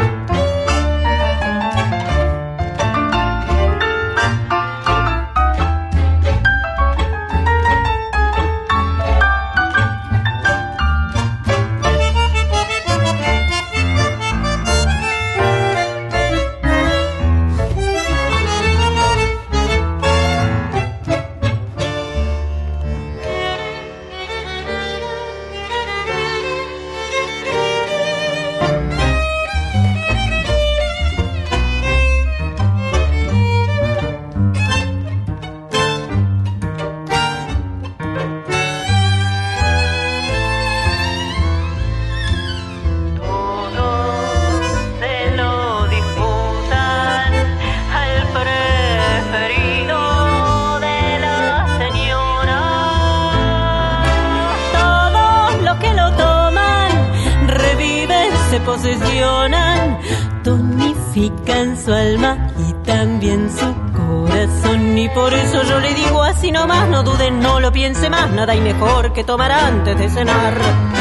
Posesionan, tonifican su alma y también su corazón. Y por eso yo le digo así nomás, no duden, no lo piense más, nada hay mejor que tomar antes de cenar.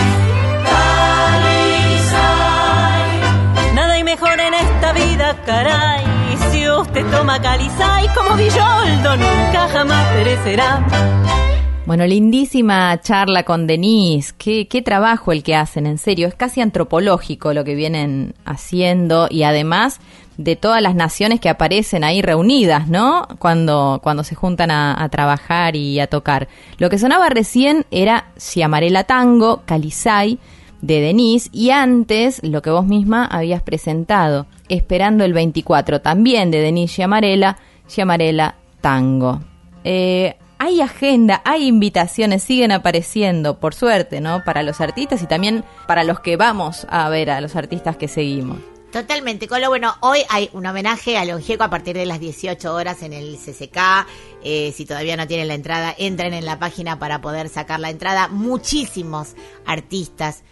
Calizay. Nada hay mejor en esta vida, caray. Si usted toma Calizay como Villoldo, nunca jamás perecerá. Bueno, lindísima charla con Denise. Qué trabajo el que hacen, en serio. Es casi antropológico lo que vienen haciendo y además de todas las naciones que aparecen ahí reunidas, ¿no? Cuando se juntan a trabajar y a tocar. Lo que sonaba recién era Sciamarella Tango, Calizay, de Denise, y antes lo que vos misma habías presentado, Esperando el 24, también de Denise Sciamarella Tango. Hay agenda, hay invitaciones, siguen apareciendo, por suerte, ¿no? Para los artistas y también para los que vamos a ver a los artistas que seguimos. Totalmente, Colo. Bueno, hoy hay un homenaje a León Gieco a partir de las 18 horas en el CCK. Si todavía no tienen la entrada, entren en la página para poder sacar la entrada. Muchísimas artistas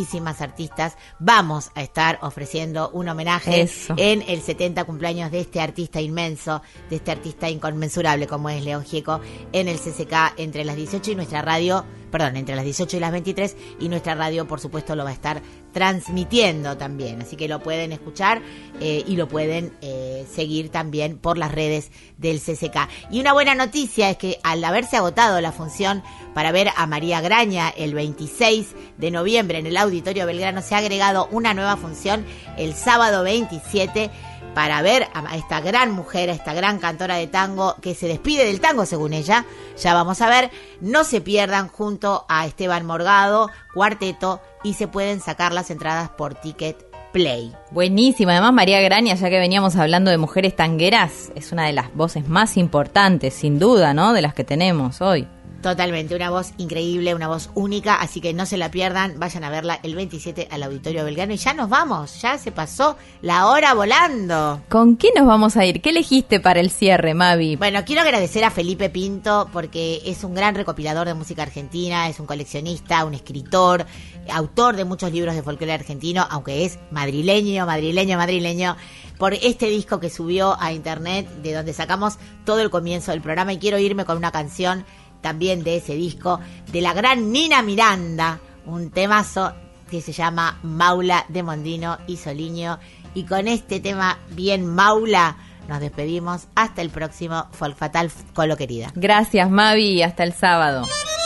vamos a estar ofreciendo un homenaje en el 70 cumpleaños de este artista inmenso, de este artista inconmensurable como es León Gieco, en el CCK entre las 18 y nuestra radio, entre las 18 y las 23, y nuestra radio por supuesto lo va a estar transmitiendo también, así que lo pueden escuchar y lo pueden seguir también por las redes del CCK. Y una buena noticia es que al haberse agotado la función para ver a María Graña el 26 de noviembre en el Auditorio Belgrano, se ha agregado una nueva función el sábado 27 para ver a esta gran mujer, a esta gran cantora de tango que se despide del tango según ella. Ya vamos a ver, no se pierdan junto a Esteban Morgado, cuarteto, y se pueden sacar las entradas por Ticket Play. Buenísima, además María Graña, ya que veníamos hablando de mujeres tangueras, es una de las voces más importantes, sin duda, ¿no? De las que tenemos hoy. Totalmente, una voz increíble, una voz única, así que no se la pierdan, vayan a verla el 27 al Auditorio Belgrano y ya nos vamos, ya se pasó la hora volando. ¿Con qué nos vamos a ir? ¿Qué elegiste para el cierre, Mavi? Bueno, quiero agradecer a Felipe Pinto porque es un gran recopilador de música argentina, es un coleccionista, un escritor, autor de muchos libros de folclore argentino, aunque es madrileño, por este disco que subió a internet, de donde sacamos todo el comienzo del programa, y quiero irme con una canción también de ese disco, de la gran Nina Miranda, un temazo que se llama Maula, de Mondino y Soliño, y con este tema bien Maula nos despedimos hasta el próximo Folk Fatal, Colo querida. Gracias, Mavi, hasta el sábado.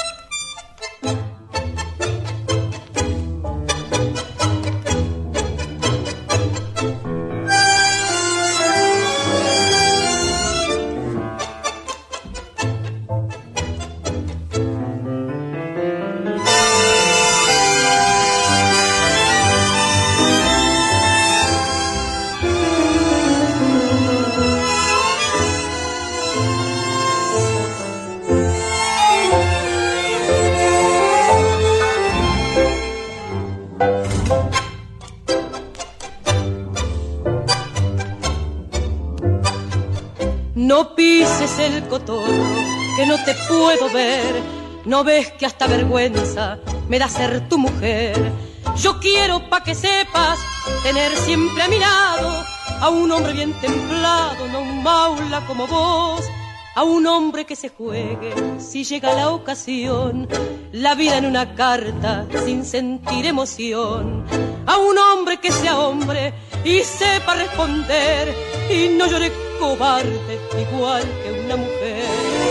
No pises el cotorro, que no te puedo ver. No ves que hasta vergüenza me da ser tu mujer. Yo quiero pa' que sepas tener siempre a mi lado a un hombre bien templado, no un maula como vos. A un hombre que se juegue, si llega la ocasión, la vida en una carta sin sentir emoción. A un hombre que sea hombre y sepa responder y no llore cobarde igual que una mujer.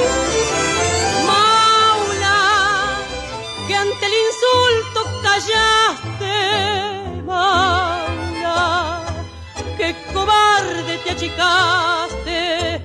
Maula, que ante el insulto callaste. Maula, que cobarde te achicaste.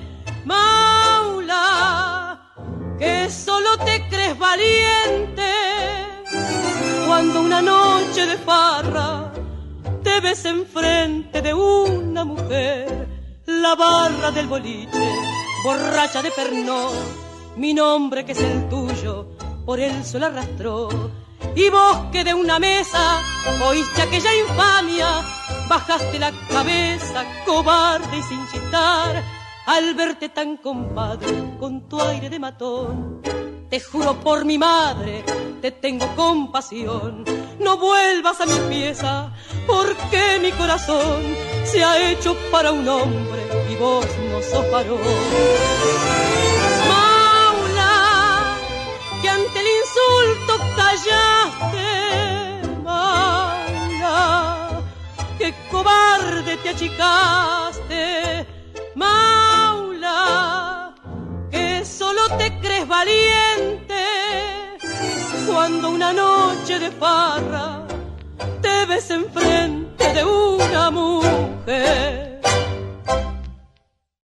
Maula, que solo te crees valiente cuando una noche de farra te ves enfrente de una mujer. La barra del boliche, borracha de pernod, mi nombre que es el tuyo, por él se la arrastró. Y vos que de una mesa oíste aquella infamia, bajaste la cabeza, cobarde y sin chistar, al verte tan compadre con tu aire de matón. Te juro por mi madre, te tengo compasión. No vuelvas a mi pieza, porque mi corazón se ha hecho para un hombre y vos no sos varón. Maula, que ante el insulto callaste. Maula, que cobarde te achicaste. Maula, que solo te crees valiente cuando una noche de farra te ves enfrente de una mujer.